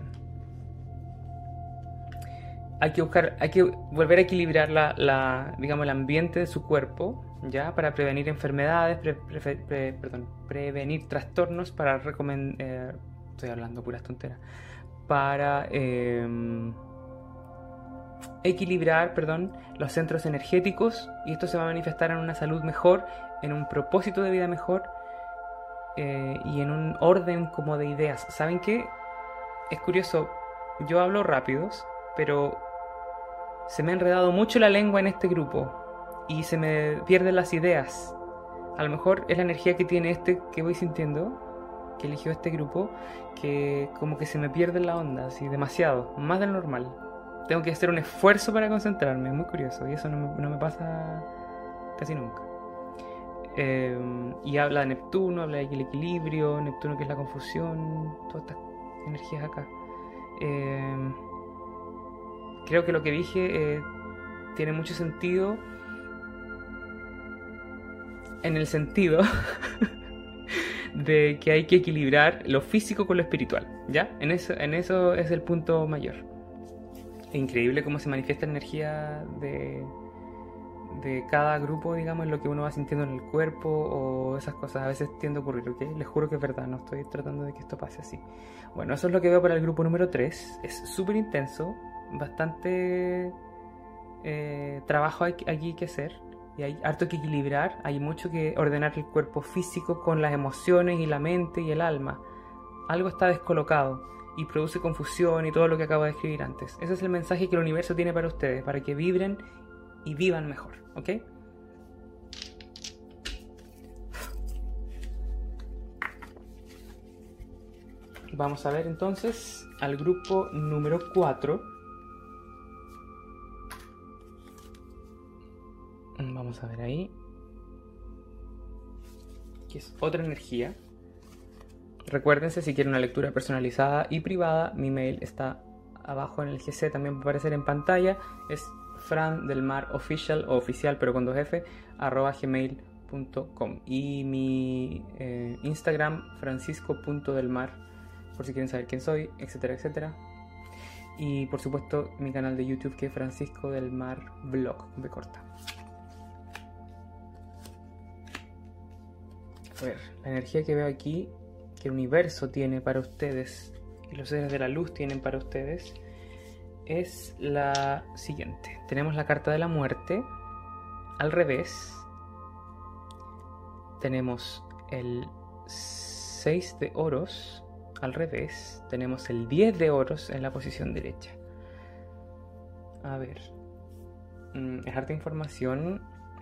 Hay que volver a equilibrar digamos, el ambiente de su cuerpo, ya, para prevenir enfermedades, prevenir trastornos, para estoy hablando puras tonteras, para equilibrar, los centros energéticos, y esto se va a manifestar en una salud mejor, en un propósito de vida mejor, y en un orden como de ideas. ¿Saben qué? Es curioso, yo hablo rápidos, pero se me ha enredado mucho la lengua en este grupo y se me pierden las ideas. A lo mejor es la energía que tiene que voy sintiendo, que eligió este grupo, que como que se me pierde la onda, así demasiado, más de lo normal. Tengo que hacer un esfuerzo para concentrarme, es muy curioso, y eso no me pasa casi nunca. Y habla de Neptuno, habla del equilibrio, Neptuno que es la confusión, todas estas energías acá. Creo que lo que dije tiene mucho sentido, en el sentido de que hay que equilibrar lo físico con lo espiritual, ¿ya? En eso es el punto mayor. Es increíble cómo se manifiesta la energía de cada grupo, digamos, en lo que uno va sintiendo en el cuerpo o esas cosas. A veces tiende a ocurrir, ¿ok? Les juro que es verdad, no estoy tratando de que esto pase así. Bueno, eso es lo que veo para el grupo número 3. Es súper intenso, bastante trabajo aquí que hacer, y hay harto que equilibrar, hay mucho que ordenar el cuerpo físico con las emociones y la mente y el alma. Algo está descolocado y produce confusión y todo lo que acabo de escribir antes. Ese es el mensaje que el universo tiene para ustedes, para que vibren y vivan mejor, ¿ok? Vamos a ver entonces al grupo número 4. Vamos a ver ahí, que es otra energía. Recuérdense, si quieren una lectura personalizada y privada, mi mail está abajo en el GC, también va a aparecer en pantalla. Es frandelmarofficial, o oficial pero con 2F, @gmail.com, y mi Instagram, francisco.delmar, por si quieren saber quién soy, etcétera, etcétera. Y por supuesto mi canal de YouTube, que es Francisco del Mar Blog, B corta. A ver, la energía que veo aquí, que el universo tiene para ustedes y los seres de la luz tienen para ustedes, es la siguiente. Tenemos la carta de la muerte al revés. Tenemos el 6 de oros al revés. Tenemos el 10 de oros en la posición derecha. A ver, es harta información.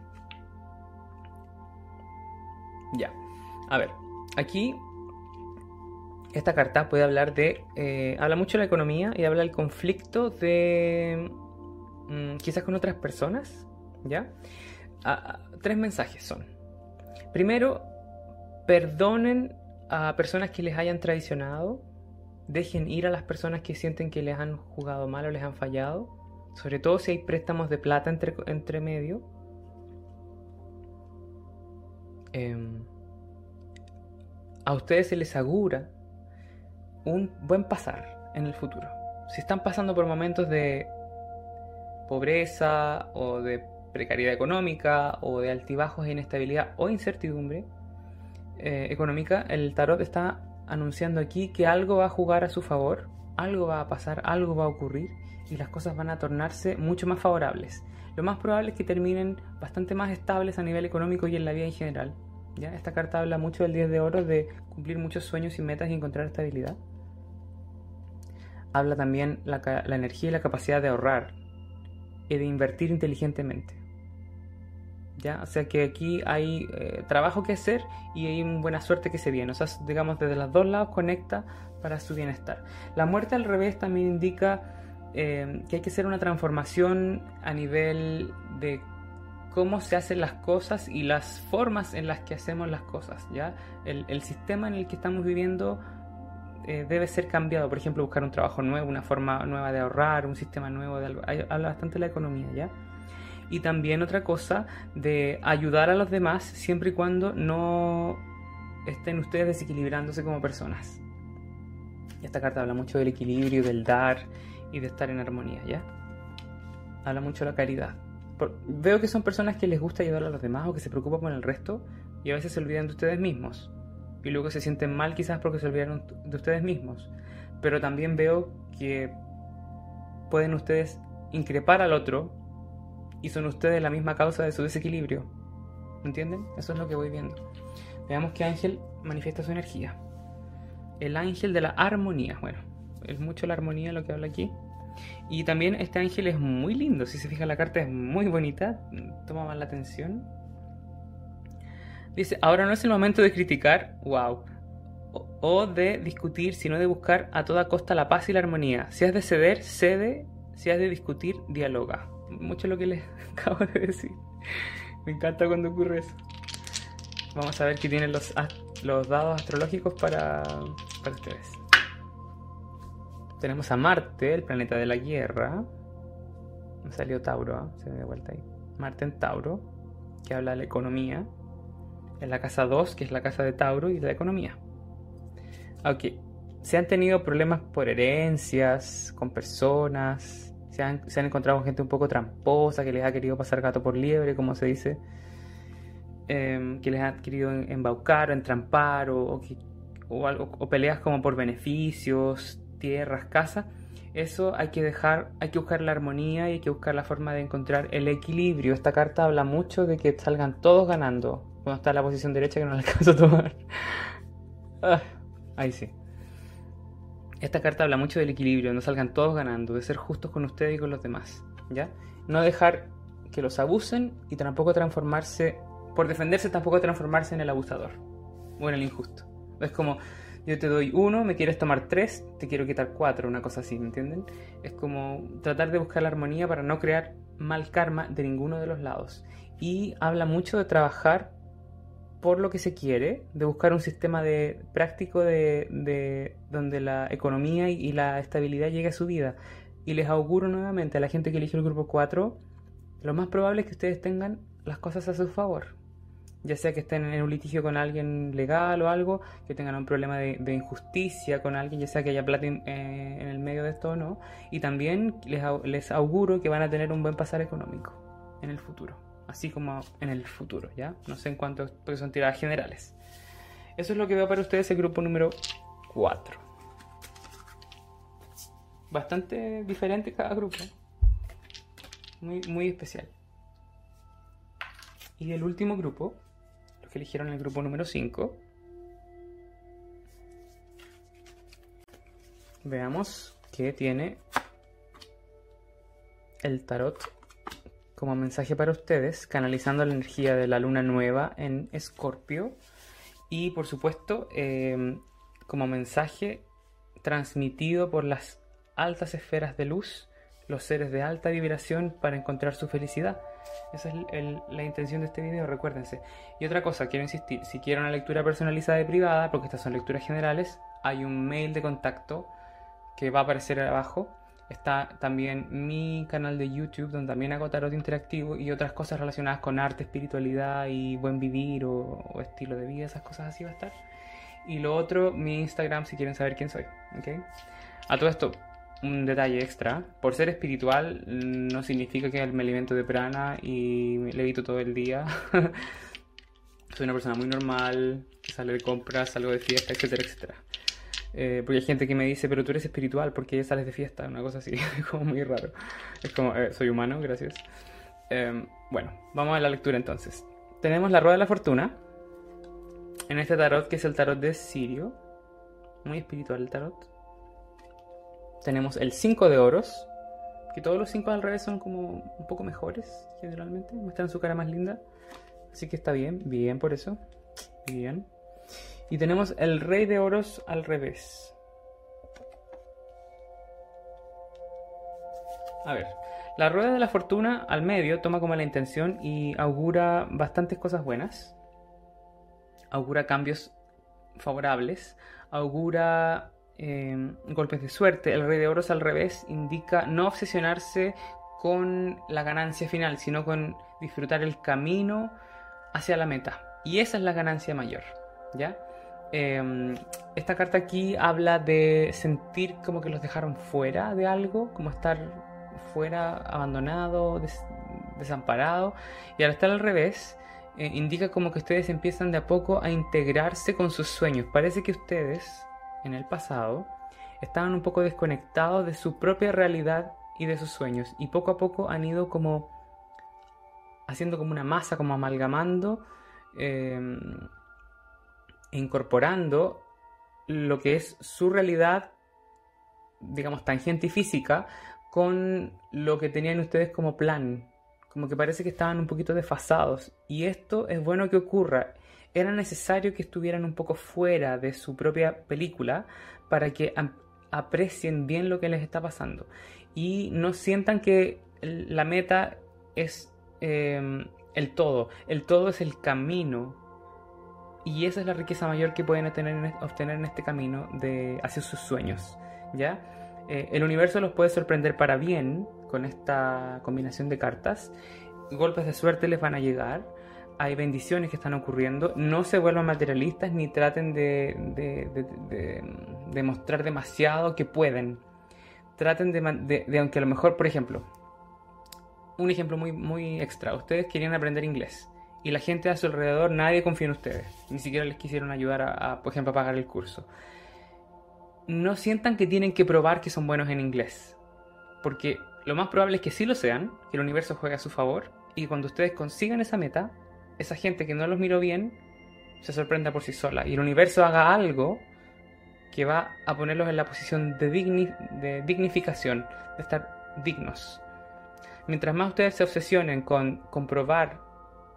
Ya, a ver, aquí esta carta puede hablar habla mucho de la economía y habla del conflicto de quizás con otras personas, ¿ya? Tres mensajes son: primero, perdonen a personas que les hayan traicionado, dejen ir a las personas que sienten que les han jugado mal o les han fallado, sobre todo si hay préstamos de plata entre medio. A ustedes se les augura un buen pasar en el futuro. Si están pasando por momentos de pobreza o de precariedad económica o de altibajos e inestabilidad o incertidumbre económica, el tarot está anunciando aquí que algo va a jugar a su favor, algo va a pasar, algo va a ocurrir y las cosas van a tornarse mucho más favorables. Lo más probable es que terminen bastante más estables a nivel económico y en la vida en general. ¿Ya? Esta carta habla mucho del 10 de oro, de cumplir muchos sueños y metas y encontrar estabilidad. Habla también la energía y la capacidad de ahorrar y de invertir inteligentemente. ¿Ya? O sea que aquí hay trabajo que hacer y hay una buena suerte que se viene. O sea, digamos, desde los dos lados conecta para su bienestar. La muerte al revés también indica que hay que hacer una transformación a nivel de cómo se hacen las cosas y las formas en las que hacemos las cosas, ¿ya? El sistema en el que estamos viviendo debe ser cambiado. Por ejemplo, buscar un trabajo nuevo, una forma nueva de ahorrar, un sistema nuevo de algo. Habla bastante de la economía, ¿ya? Y también otra cosa de ayudar a los demás siempre y cuando no estén ustedes desequilibrándose como personas. Esta carta habla mucho del equilibrio, del dar y de estar en armonía, ¿ya? Habla mucho de la caridad. Veo que son personas que les gusta ayudar a los demás o que se preocupan por el resto y a veces se olvidan de ustedes mismos. Y luego se sienten mal quizás porque se olvidaron de ustedes mismos. Pero también veo que pueden ustedes increpar al otro y son ustedes la misma causa de su desequilibrio. ¿Entienden? Eso es lo que voy viendo. Veamos qué ángel manifiesta su energía. El ángel de la armonía. Bueno, es mucho la armonía lo que habla aquí. Y también este ángel es muy lindo. Si se fija, la carta es muy bonita. Toma más la atención. Dice, ahora no es el momento de criticar, wow, o de discutir, sino de buscar a toda costa la paz y la armonía. Si has de ceder, cede. Si has de discutir, dialoga. Mucho lo que les acabo de decir. Me encanta cuando ocurre eso. Vamos a ver qué tienen los dados astrológicos para ustedes. Tenemos a Marte, el planeta de la guerra. Me salió Tauro, se me dio vuelta ahí. Marte en Tauro, que habla de la economía. En la casa 2, que es la casa de Tauro y de la economía. Ok, se han tenido problemas por herencias, con personas. Se han encontrado con gente un poco tramposa, que les ha querido pasar gato por liebre, como se dice. Que les ha querido embaucar o entrampar, o peleas como por beneficios, tierras, casas. Eso hay que buscar la armonía y hay que buscar la forma de encontrar el equilibrio. Esta carta habla mucho de que salgan todos ganando. Cuando está en la posición derecha, que no la alcanzo a tomar. Ahí sí. Esta carta habla mucho del equilibrio, no salgan todos ganando, de ser justos con ustedes y con los demás, ¿ya? No dejar que los abusen y tampoco transformarse, por defenderse, tampoco transformarse en el abusador o en el injusto. Es como, yo te doy 1, me quieres tomar 3, te quiero quitar 4, una cosa así, ¿me entienden? Es como tratar de buscar la armonía para no crear mal karma de ninguno de los lados. Y habla mucho de trabajar por lo que se quiere, de buscar un sistema práctico de donde la economía y la estabilidad llegue a su vida. Y les auguro nuevamente a la gente que eligió el grupo 4, lo más probable es que ustedes tengan las cosas a su favor. Ya sea que estén en un litigio con alguien legal o algo, que tengan un problema de injusticia con alguien, ya sea que haya plata en el medio de esto o no. Y también les auguro que van a tener un buen pasar económico en el futuro. Así como en el futuro, ¿ya? No sé en cuánto, porque son tiradas generales. Eso es lo que veo para ustedes el grupo número 4. Bastante diferente cada grupo. Muy, muy especial. Y el último grupo, los que eligieron el grupo número 5. Veamos qué tiene el tarot como mensaje para ustedes, canalizando la energía de la luna nueva en Escorpio. Y por supuesto, como mensaje transmitido por las altas esferas de luz, los seres de alta vibración, para encontrar su felicidad. Esa es la intención de este video, recuérdense. Y otra cosa, quiero insistir, si quieren una lectura personalizada y privada, porque estas son lecturas generales, hay un mail de contacto que va a aparecer abajo. Está también mi canal de YouTube, donde también hago tarot interactivo y otras cosas relacionadas con arte, espiritualidad y buen vivir o estilo de vida, esas cosas así va a estar. Y lo otro, mi Instagram, si quieren saber quién soy, ¿okay? A todo esto, un detalle extra. Por ser espiritual no significa que me alimento de prana y me levito todo el día. Soy una persona muy normal, que sale de compras, salgo de fiesta, etcétera, etcétera. Porque hay gente que me dice, pero tú eres espiritual porque ya sales de fiesta, una cosa así, como muy raro. Es como, soy humano, gracias. Bueno, vamos a la lectura entonces. Tenemos la Rueda de la Fortuna en este tarot, que es el tarot de Sirio. Muy espiritual el tarot. Tenemos el 5 de oros, que todos los 5 al revés son como un poco mejores, generalmente. Muestran su cara más linda. Así que está bien, bien por eso. Bien. Y tenemos el Rey de oros al revés. A ver, la Rueda de la Fortuna al medio toma como la intención y augura bastantes cosas buenas. Augura cambios favorables. Augura golpes de suerte. El Rey de oros al revés indica no obsesionarse con la ganancia final, sino con disfrutar el camino hacia la meta. Y esa es la ganancia mayor, ¿ya? Esta carta aquí habla de sentir como que los dejaron fuera de algo, como estar fuera, abandonado, desamparado. Y al estar al revés, indica como que ustedes empiezan de a poco a integrarse con sus sueños. Parece que ustedes, en el pasado, estaban un poco desconectados de su propia realidad y de sus sueños. Y poco a poco han ido como haciendo como una masa, como amalgamando e incorporando lo que es su realidad, digamos, tangente y física, con lo que tenían ustedes como plan. Como que parece que estaban un poquito desfasados. Y esto es bueno que ocurra. Era necesario que estuvieran un poco fuera de su propia película para que aprecien bien lo que les está pasando. Y no sientan que la meta es el todo. El todo es el camino. Y esa es la riqueza mayor que pueden obtener en este camino hacia sus sueños, ¿ya? El universo los puede sorprender para bien con esta combinación de cartas. Golpes de suerte les van a llegar. Hay bendiciones que están ocurriendo. No se vuelvan materialistas ni traten de mostrar demasiado que pueden. Traten de aunque a lo mejor, por ejemplo, un ejemplo muy, muy extra. Ustedes querían aprender inglés y la gente a su alrededor, nadie confía en ustedes. Ni siquiera les quisieron ayudar por ejemplo, a pagar el curso. No sientan que tienen que probar que son buenos en inglés. Porque lo más probable es que sí lo sean, que el universo juegue a su favor. Y cuando ustedes consigan esa meta, esa gente que no los miró bien se sorprenda por sí sola. Y el universo haga algo que va a ponerlos en la posición de dignificación, de estar dignos. Mientras más ustedes se obsesionen con comprobar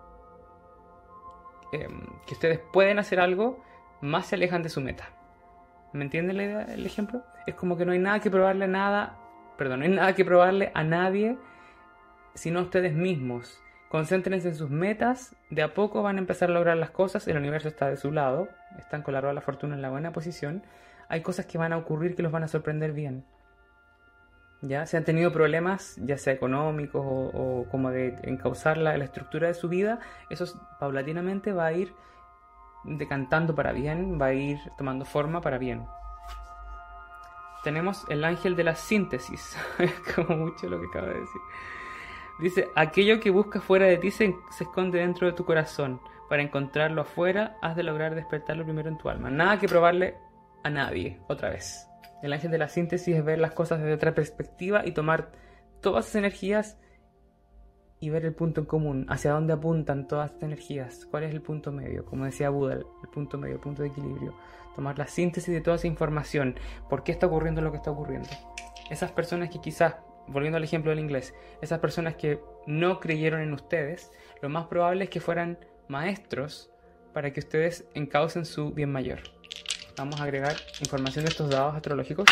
que ustedes pueden hacer algo, más se alejan de su meta. ¿Me entienden la idea, el ejemplo? Es como que no hay nada que probarle no hay nada que probarle a nadie sino a ustedes mismos. Concéntrense en sus metas, de a poco van a empezar a lograr las cosas, el universo está de su lado, están con la rueda de la fortuna en la buena posición, hay cosas que van a ocurrir que los van a sorprender bien. ¿Ya? Si han tenido problemas, ya sea económicos o como de encauzar la estructura de su vida, eso paulatinamente va a ir decantando para bien, va a ir tomando forma para bien. Tenemos el ángel de la síntesis, como mucho lo que acabo de decir. Dice, aquello que buscas fuera de ti se esconde dentro de tu corazón. Para encontrarlo afuera, has de lograr despertarlo primero en tu alma. Nada que probarle a nadie, otra vez. El ángel de la síntesis es ver las cosas desde otra perspectiva y tomar todas esas energías y ver el punto en común. Hacia dónde apuntan todas estas energías. ¿Cuál es el punto medio? Como decía Buda, el punto medio, el punto de equilibrio. Tomar la síntesis de toda esa información. ¿Por qué está ocurriendo lo que está ocurriendo? Esas personas que quizás, volviendo al ejemplo del inglés, esas personas que no creyeron en ustedes, lo más probable es que fueran maestros para que ustedes encaucen su bien mayor. Vamos a agregar información de estos dados astrológicos.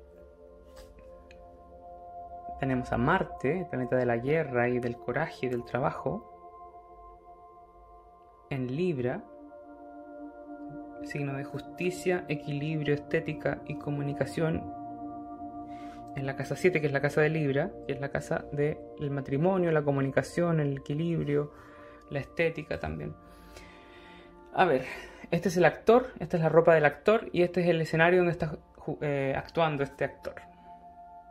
Tenemos a Marte, el planeta de la guerra y del coraje y del trabajo, en Libra, signo de justicia, equilibrio, estética y comunicación, en la casa 7, que es la casa de Libra, que es la casa del matrimonio, la comunicación, el equilibrio, la estética también. A ver, este es el actor, esta es la ropa del actor y este es el escenario donde está actuando este actor.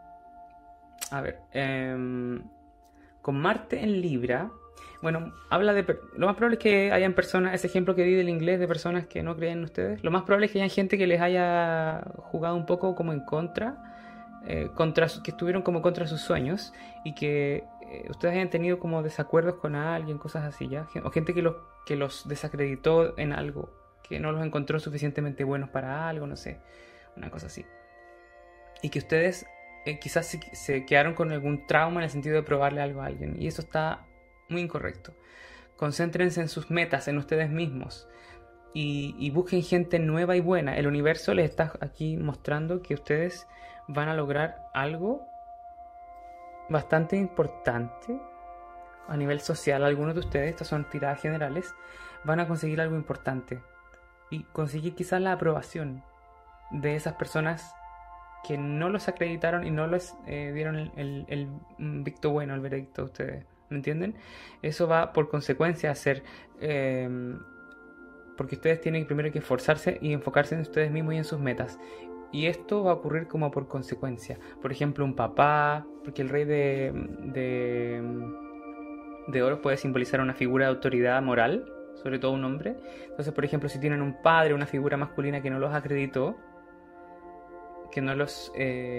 A ver, con Marte en Libra, bueno, habla de... Lo más probable es que hayan personas, ese ejemplo que di del inglés de personas que no creen en ustedes, lo más probable es que hayan gente que les haya jugado un poco como en contra, que estuvieron como contra sus sueños y que ustedes hayan tenido como desacuerdos con alguien, cosas así, ¿ya? O gente que los desacreditó en algo, que no los encontró suficientemente buenos para algo, no sé, una cosa así. Y que ustedes quizás se quedaron con algún trauma en el sentido de probarle algo a alguien. Y eso está muy incorrecto. Concéntrense en sus metas, en ustedes mismos. Y busquen gente nueva y buena. El universo les está aquí mostrando que ustedes van a lograr algo bastante importante a nivel social. Algunos de ustedes, estas son tiradas generales, van a conseguir algo importante. Y conseguir quizás la aprobación de esas personas que no los acreditaron y no les dieron el visto bueno, el veredicto a ustedes. ¿Me entienden? Eso va por consecuencia a ser... porque ustedes tienen primero que esforzarse y enfocarse en ustedes mismos y en sus metas. Y esto va a ocurrir como por consecuencia. Por ejemplo, un papá, porque el rey de oros puede simbolizar una figura de autoridad moral, sobre todo un hombre. Entonces, por ejemplo, si tienen un padre, una figura masculina que no los acreditó, que no los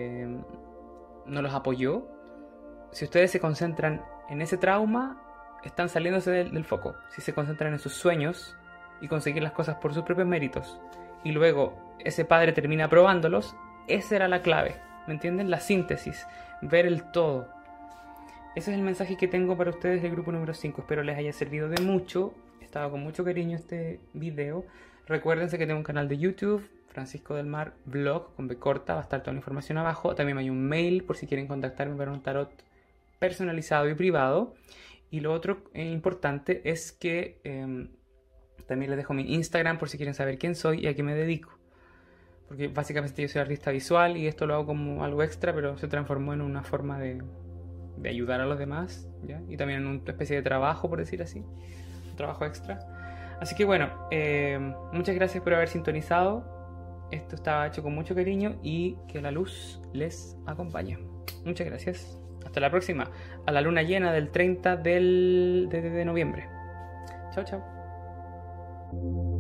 apoyó, si ustedes se concentran en ese trauma, están saliéndose del foco. Si se concentran en sus sueños y conseguir las cosas por sus propios méritos, y luego ese padre termina aprobándolos, esa era la clave, ¿me entienden? La síntesis, ver el todo. Ese es el mensaje que tengo para ustedes del grupo número 5. Espero les haya servido de mucho. Estaba con mucho cariño este video. Recuérdense que tengo un canal de YouTube, Francisco del Mar Blog, con B corta, va a estar toda la información abajo. También hay un mail por si quieren contactarme para un tarot personalizado y privado. Y lo otro importante es que también les dejo mi Instagram por si quieren saber quién soy y a qué me dedico. Porque básicamente yo soy artista visual y esto lo hago como algo extra, pero se transformó en una forma de ayudar a los demás, ¿ya? Y también en una especie de trabajo, por decir así, un trabajo extra. Así que bueno, muchas gracias por haber sintonizado. Esto estaba hecho con mucho cariño y que la luz les acompañe. Muchas gracias. Hasta la próxima, a la luna llena del 30 de noviembre. Chao, chao.